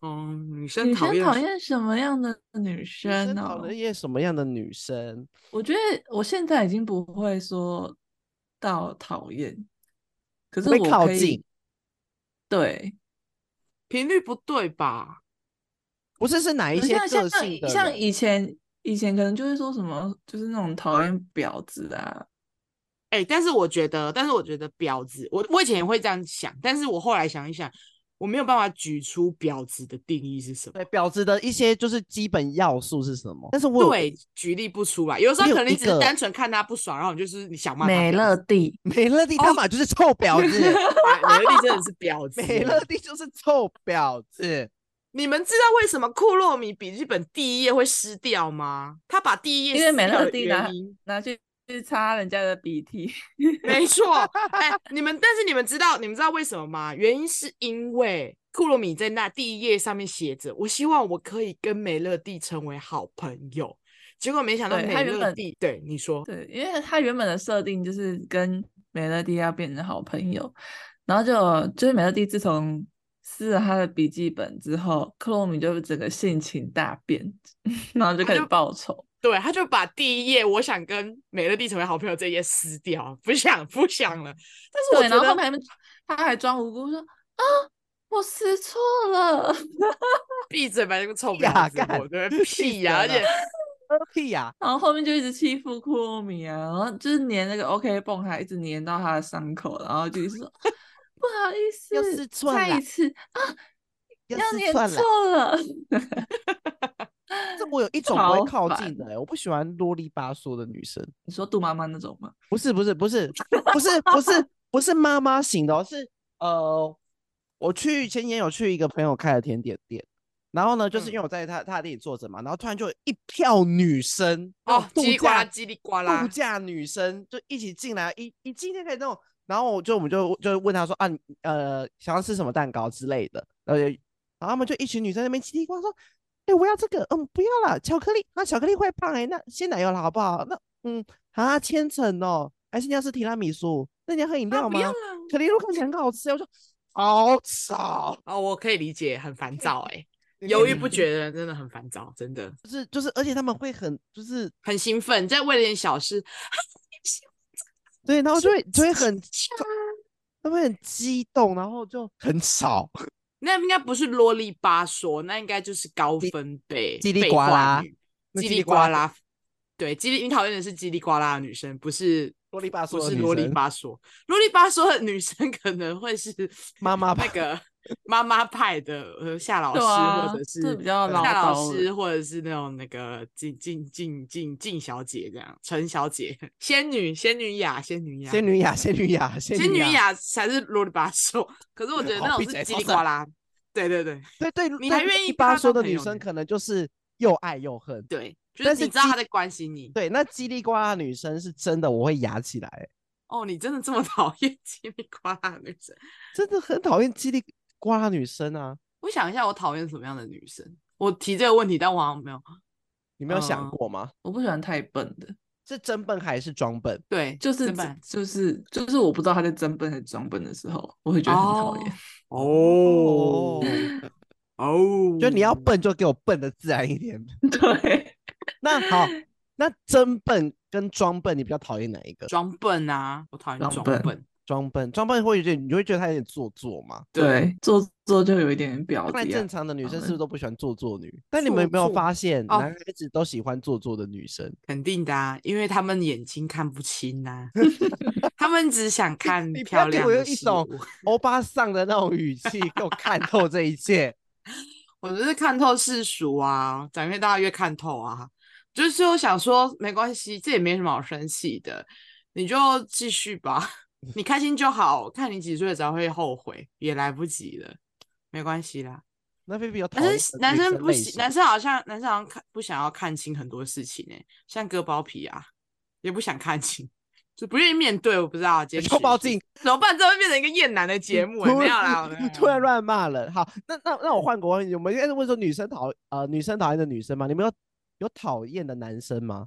嗯，女生女讨厌生讨厌什么样的女女生生讨哦？ 厌什么样的女生？ 我觉得我现在已经不会说到讨厌，可是不会我可以靠近， 对， 频率不对吧？ 不是是哪一些像像个性的像人？ 以前以前可能就会说什么，就是那种讨厌婊子啊， 哎、欸，但是我觉得，但是我觉得婊子，我我以前也会这样想，但是我后来想一想，我没有办法举出婊子的定义是什么。 对，婊子的一些就是基本要素是什么？但是我有对，举例不出来。有的时候我有可能你只是一个单纯看他不爽，然后你就是你想骂他美婊子。 乐蒂， 美乐蒂他妈就是臭婊子， 哎，美乐蒂真的是婊子。 美乐蒂就是臭婊子。 你们知道为什么库洛米笔记本第一页会湿掉吗？他把第一页因为美撕掉的乐蒂拿原因， 拿去去擦人家的鼻涕， 没错。哎，你们，但是你们知道，你们知道为什么吗？原因是因为库洛米在那第一页上面写着：“我希望我可以跟美乐蒂成为好朋友。”结果没想到对他美原本乐蒂，对你说， 对，因为他原本的设定就是跟美乐蒂要变成好朋友，然后就就是美乐蒂自从撕了他的笔记本之后，克洛米就整个性情大变，然后就开始他就报仇。 对，他就把第一页我想跟美乐蒂成为好朋友这一页撕掉，不想不想了。但是我对， 觉得然后后面还他还装无辜说啊，我撕错了。 闭嘴吧，这个臭屁呀， 婊子！ 干我对气屁呀、 死人了而且屁呀！ 然后后面就一直欺负库洛米啊，然后就是粘那个 OK 绷，还一直粘到他的伤口，然后就一直说不好意思， 又撕错了再一次啊， 又要粘撕错了错了， 这我有一种不会超烦靠近的、欸，我不喜欢啰里吧嗦的女生。 你说杜妈妈那种吗？ 不是不是不是不是不是不是妈妈型的、哦，是呃，我去前年有去一个朋友开的甜点店，然后呢，就是因为我在他他的店里坐着嘛，然后突然就有一票女生哦， 度叽里呱啦， 假叽里呱啦度，假女生就一起进来，一一进就可以那种，然后我就我们就就问他说啊，呃，想要吃什么蛋糕之类的，然后然后他们就一群女生在那边叽里呱啦说，哎、欸，我要这个，嗯，不要啦，巧克力，那、啊、巧克力会胖哎、欸，那鲜奶油了好不好？那嗯，啊，千层哦，还是你要吃提拉米苏？那你要喝饮料啊，不要吗？ 啦。 可丽露看起来很好吃，我说好吵， 哦，我可以理解，很烦躁哎、欸，犹豫不决的人真的很烦躁，真的就是就是，而且他们会很就是很兴奋，在为了点小事， 对，然后就会就会很，他们会很激动，然后就很吵， 那应该不是啰里吧嗦，那应该就是高分贝叽里废呱啦话女，叽里那叽里呱啦呱啦。对，叽里，你讨厌的是叽里呱啦的女生，不是啰里吧嗦的女不是啰里生， 吧嗦。啰里吧嗦的女生可能会是妈妈那个妈妈派的呃夏老师， 对啊， 或者是这比较唠夏老叨的。 师，或者是那种那个静静静静静小姐这样，陈小姐，仙女仙女雅仙女雅仙女雅仙女雅仙仙女雅， 雅才是啰里吧嗦。可是我觉得那好闭嘴种是叽里呱啦。对对对对对， 你还愿意一般说的跟她当朋友呢女生可能就是又爱又恨， 对，就但是叽是你知道她在关心你。 对，那叽里呱啦女生是真的我会压起来欸， 哦，你真的这么讨厌叽里呱啦的女生？ 真的很讨厌叽里呱啦女生啊！ 我想一下，我讨厌什么样的女生？我提这个问题，但我好像没有。 你没有想嗯过吗？ 我不喜欢太笨的， 是真笨还是装笨？ 对， 就是真笨就是就是我不知道他在真笨还是装笨的时候，我会觉得很讨厌。 哦哦， 就你要笨就给我笨的自然一点。 对， 那好，那真笨跟装笨，你比较讨厌哪一个？ 装笨啊，我讨厌装装笨笨。 装笨，装笨会有点，你会觉得他有点做作吗？ 对，做做就有一点婊子呀当然正。常的女生是不是都不喜欢做作女？但你做们有没有作发现， 哦男孩子都喜欢做作的女生？ 肯定的啊，因为他们眼睛看不清呐、他们只想看你不要给我漂亮的事用一种物。 欧巴桑的那种语气，给我看透这一切。 我就是看透世俗啊，长越大越看透啊。就是我想说，没关系，这也没什么好生气的，你就继续吧，你开心就好。看你几岁才会后悔，也来不及了，没关系啦。 那菲比有讨厌男生男的女生不喜， 生类型男生好像男生好像看不想要看清很多事情诶、像割包皮啊，也不想看清，就不愿意面对。我不知道，坚持抽包镜怎么办？这会变成一个厌男的节目、欸？ 突没有啦， 然我没有突然乱骂人。好，那那那我换个问题，我们应该是问说女生讨呃女生讨厌的女生吗？你们有有讨厌的男生吗？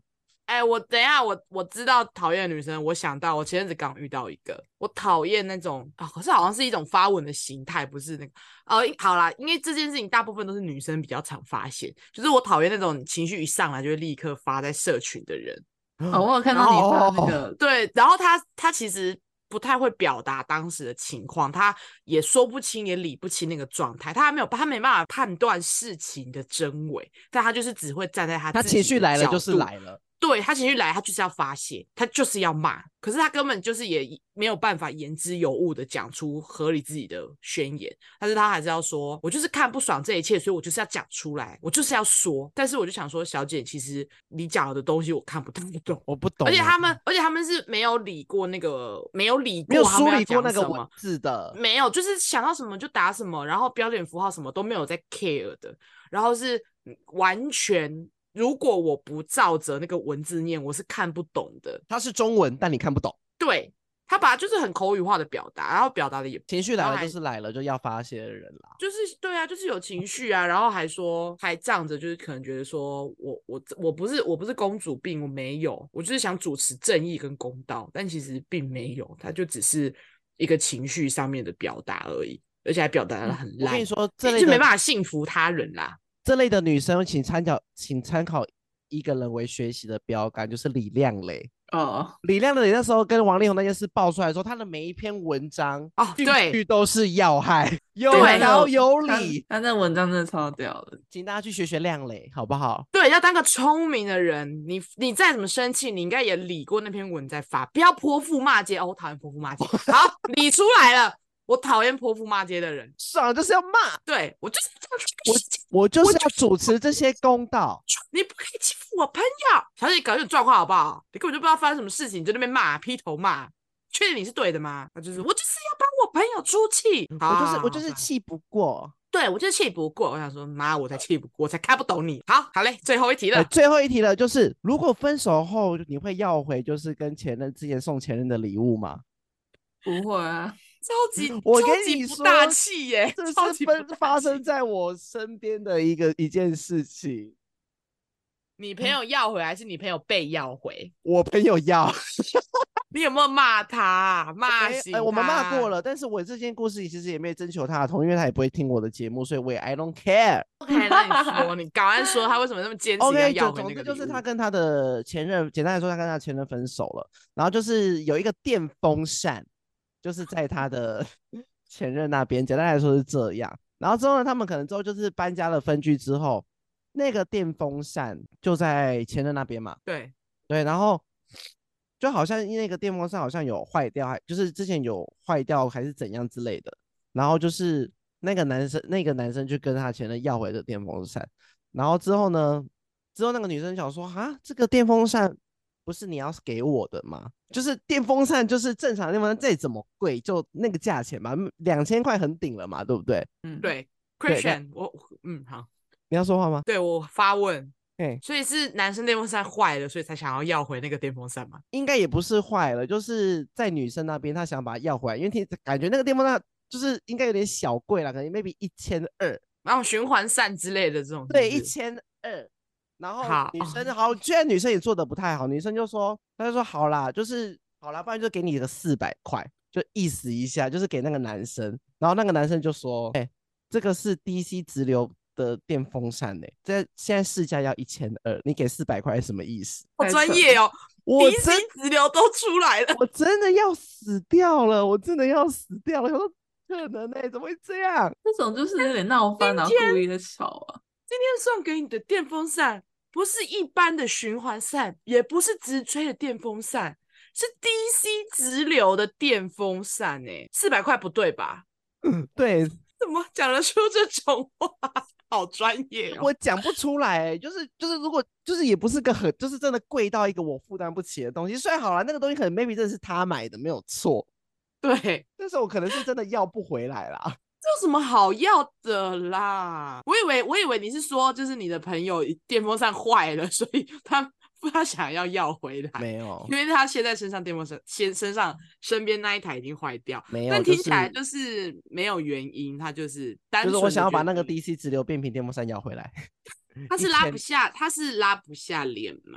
哎、欸，我等一下，我我知道讨厌的女生，我想到我前阵子刚遇到一个，我讨厌那种啊、哦，可是好像是一种发文的形态，不是那个呃，好啦，因为这件事情大部分都是女生比较常发现，就是我讨厌那种情绪一上来就会立刻发在社群的人。 哦，我有看到你发那个， 对，然后他他其实不太会表达当时的情况，他也说不清也理不清那个状态，他没有他没办法判断事情的真伪，但他就是只会站在他自己的他情绪来了就是角度来了。 对，他情绪来他就是要发泄，他就是要骂，可是他根本就是也没有办法言之有物的讲出合理自己的宣言，但是他还是要说我就是看不爽这一切，所以我就是要讲出来，我就是要说。但是我就想说，小姐，其实你讲的东西我看不懂不懂， 我不懂。 而且他们而且他们是没有理过那个没有理过没有梳理过那个文字的， 没有，就是想到什么就打什么，然后标点符号什么都没有在 care 的，然后是完全如果我不照着那个文字念，我是看不懂的。 它是中文，但你看不懂。 对，他把它就是很口语化的表达，然后表达的也情绪来了就是来了，就要发泄的人啦。 就是对啊，就是有情绪啊，然后还说还仗着就是可能觉得说我我我不是我不是公主病，我没有，我就是想主持正义跟公道，但其实并没有，他就只是一个情绪上面的表达而已，而且还表达的很烂。 我跟你说，这类就没办法幸福他人啦。 这类的女生，请参考，请参考一个人为学习的标杆，就是李亮蕾。 哦， 李亮蕾那时候跟王力宏那件事爆出来的时候，他的每一篇文章哦，对， 句句都是要害，有条有理。 他那文章真的超屌的， 请大家去学学亮蕾，好不好？ 对，要当个聪明的人，你你再怎么生气，你应该也理过那篇文再发，不要泼妇骂街哦，我讨厌泼妇骂街。好，理出来了。我讨厌泼妇骂街的人， 爽就是要骂， 对我就是我我就是要主持这些公道， 你不可以欺负我朋友。小姐，搞点状况好不好？你根本就不知道发生什么事情，你就在那边骂，劈头骂，确定你是对的吗？他就是我就是要帮我朋友出气， 我就是我就是气不过， 对我就是气不过。我想说，妈，我才气不过，我才看不懂你。好，好嘞，最后一题了， 呃、最后一题了，就是如果分手后你会要回就是跟前任之前送前任的礼物吗？ 不会啊。 超级， 我跟你说， 大气耶！ 这是分发生在我身边的一个一件事情。 你朋友要回还是你朋友被要回？ 我朋友要。 你有没有骂他？骂醒他？ 欸欸、我们骂过了，但是我这件故事其实也没有征求他的同意，因为他也不会听我的节目，所以我也 I don't care。 OK， 那你说，你赶快说他为什么那么坚持要要回那个礼物？ OK， 总之就是他跟他的前任，简单来说，他跟他的前任分手了，然后就是有一个电风扇。就是在他的前任那边，简单来说是这样。然后之后呢，他们可能之后就是搬家了分居之后，那个电风扇就在前任那边嘛。 对对，然后就好像那个电风扇好像有坏掉，还就是之前有坏掉还是怎样之类的。然后就是那个男生，那个男生就跟他前任要回这电风扇。然后之后呢，之后那个女生想说啊，这个电风扇不是你要给我的吗？就是电风扇，就是正常的电风扇再怎么贵，就那个价钱嘛，两千块很顶了嘛，对不对？ 嗯，对 ，Christian， 我嗯好， 你要说话吗？ 对，我发问， 欸、 所以是男生电风扇坏了，所以才想要要回那个电风扇吗？ 应该也不是坏了，就是在女生那边，她想把它要回来，因为感觉那个电风扇就是应该有点小贵了，可能 maybe 一千二， 然后循环扇之类的这种， 对，一千二。然后女生好， 好， 居然女生也做的不太好，女生就说，她就说好啦，就是好啦，不然就给你个四百块，就意思一下，就是给那个男生。然后那个男生就说，哎、欸，这个是 D C 直流的电风扇呢、欸，这现在市价要一千二，你给四百块什么意思？ 好专业哦， 我 D C 直流都出来了， 我真的要死掉了，我真的要死掉了。我说可能呢、欸，怎么会这样？ 这种就是有点闹翻，然后故意在吵啊。 今天送给你的电风扇不是一般的循环扇，也不是直吹的电风扇，是 D C 直流的电风扇欸，四百块不对吧？ 对， 怎么讲得出这种话？好专业哦！ 我讲不出来、欸，就是就是，如果就是也不是个很，就是真的贵到一个我负担不起的东西。虽然好了，那个东西可能 maybe 真的是他买的，没有错， 对， 但是我可能是真的要不回来啦。 这有什么好要的啦？我以为我以为你是说，就是你的朋友电风扇坏了，所以他他想要要回来， 没有， 因为他现在身上电风扇，先身上身边那一台已经坏掉， 没有， 但听起来就是没有原因，他就是单纯就是我想要把那个 D C 直流变频电风扇要回来。 他是拉不下，他是拉不下脸嘛？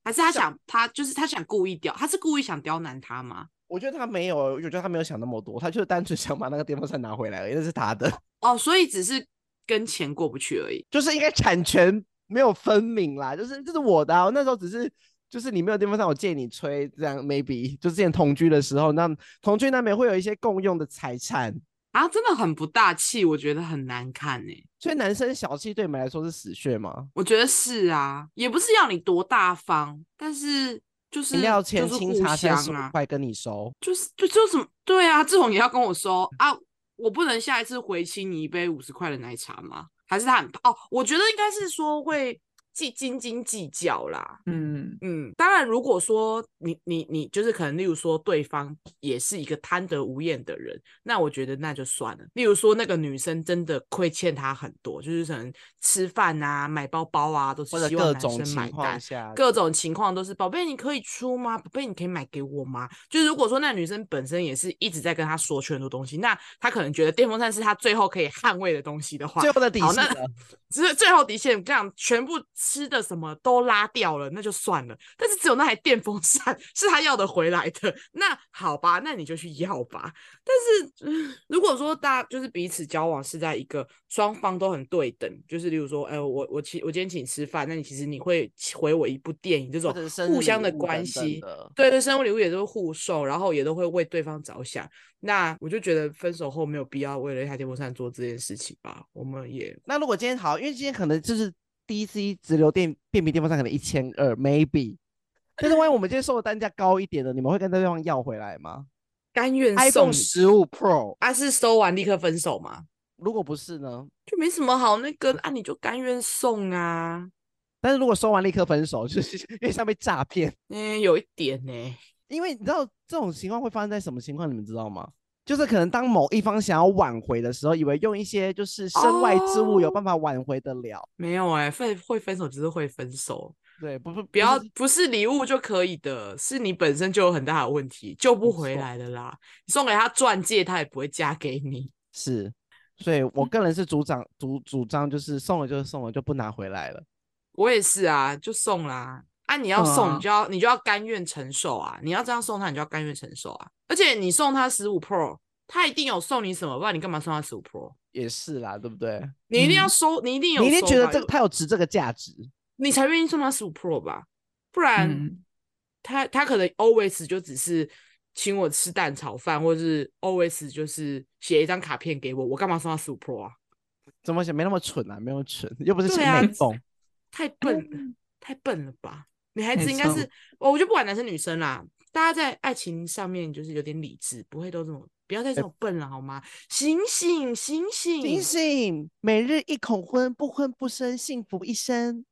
还是他想他就是他想故意刁，他是故意想刁难他吗？ 我觉得他没有，我觉得他没有想那么多，他就是单纯想把那个电风扇拿回来而已，那是他的。 哦，所以只是跟钱过不去而已。 就是应该产权没有分明啦，就是这是我的、啊，我那时候只是就是你没有电风扇，我借你吹，这样 maybe 就之前同居的时候，那同居那边会有一些共用的财产啊，真的很不大气，我觉得很难看哎、欸。 所以男生小气对你们来说是死穴吗？ 我觉得是啊，也不是要你多大方，但是就是饮料钱清茶三十五啊， 块跟你收， 就是就就什么对啊，这种也要跟我收啊，我不能下一次回请你一杯五十块的奶茶吗？还是他很哦？我觉得应该是说会计斤斤计较啦。 嗯嗯，当然，如果说你你你就是可能，例如说对方也是一个贪得无厌的人，那我觉得那就算了。例如说那个女生真的亏欠他很多，就是可能吃饭啊、买包包啊，都是希望男生买单。各种情况都是，宝贝你可以出吗？宝贝你可以买给我吗？就是如果说那女生本身也是一直在跟他索取很多东西，那他可能觉得电风扇是他最后可以捍卫的东西的话， 最后的底线了。 只是最后底线，这样全部吃的什么都拉掉了，那就算了。但是只有那台电风扇是他要的回来的，那好吧，那你就去要吧。但是、嗯、如果说大家就是彼此交往是在一个双方都很对等，就是例如说，哎、呃，我我我今天请你吃饭，那你其实你会回我一部电影，这种互相的关系，对对，生日礼物也都是互送，然后也都会为对方着想。那我就觉得分手后没有必要为了一台电风扇做这件事情吧。我们也那如果今天好，因为今天可能就是 D C 直流电变频电风扇可能一千二 maybe， 但是万一我们今天收的单价高一点的，你们会跟对方要回来吗？ 甘愿送 iPhone 十五 Pro 啊？是收完立刻分手吗？ 如果不是呢， 就没什么好那个啊，你就甘愿送啊。 但是如果收完立刻分手，就是因为像被诈骗。 嗯，有一点呢、欸。 因为你知道这种情况会发生在什么情况，你们知道吗？就是可能当某一方想要挽回的时候，以为用一些就是身外之物有办法挽回得了。哦、 没有哎、欸，会分手只是会分手。 对，不不不要不是礼物就可以的，是你本身就有很大的问题，救不回来的啦。你送给他钻戒，他也不会嫁给你。 是，所以我个人是主张主主张就是送了就是送了，就不拿回来了。 我也是啊，就送啦。啊，你要送，你就要、嗯、你就要甘愿承受啊！你要这样送他，你就要甘愿承受啊！而且你送他十五 Pro， 他一定有送你什么，不然你干嘛送他十五 Pro？ 也是啦，对不对？ 你一定要收，嗯、你一定有收， 你一定觉得这个他有值这个价值， 你才愿意送他十五 Pro 吧？不然、嗯、他他可能 always 就只是请我吃蛋炒饭，或者是 always 就是写一张卡片给我，我干嘛送他十五 Pro 啊？ 怎么想没那么蠢啊？没那么蠢，又不是请美凤、啊， 太笨了，太笨了吧？女孩子应该是，哦我就不管男生女生啦，大家在爱情上面就是有点理智，不会都这么，不要再这么笨了好吗？醒醒，醒醒， 醒醒！每日一孔婚，不婚不生，幸福一生。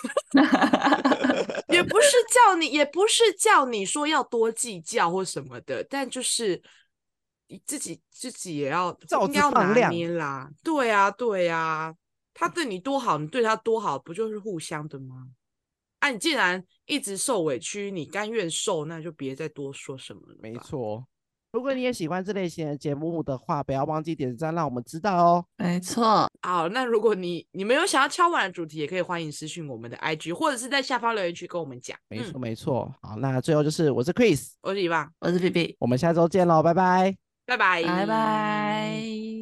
也不是叫你，也不是叫你说要多计较或什么的，但就是你自己自己也要应该要拿捏啦。对啊，对啊，他对你多好，你对他多好，不就是互相的吗？啊，你既然一直受委屈，你甘愿受，那就别再多说什么了。 没错，如果你也喜欢这类型的节目的话，不要忘记点赞，让我们知道哦。 没错。 好，那如果你你们有想要敲碗的主题，也可以欢迎私讯我们的 I G， 或者是在下方留言区跟我们讲。 没错、嗯、没错。好，那最后就是我是 Chris， 我是伊娃， 我是 B B， 我们下周见喽，拜拜， 拜拜， 拜拜。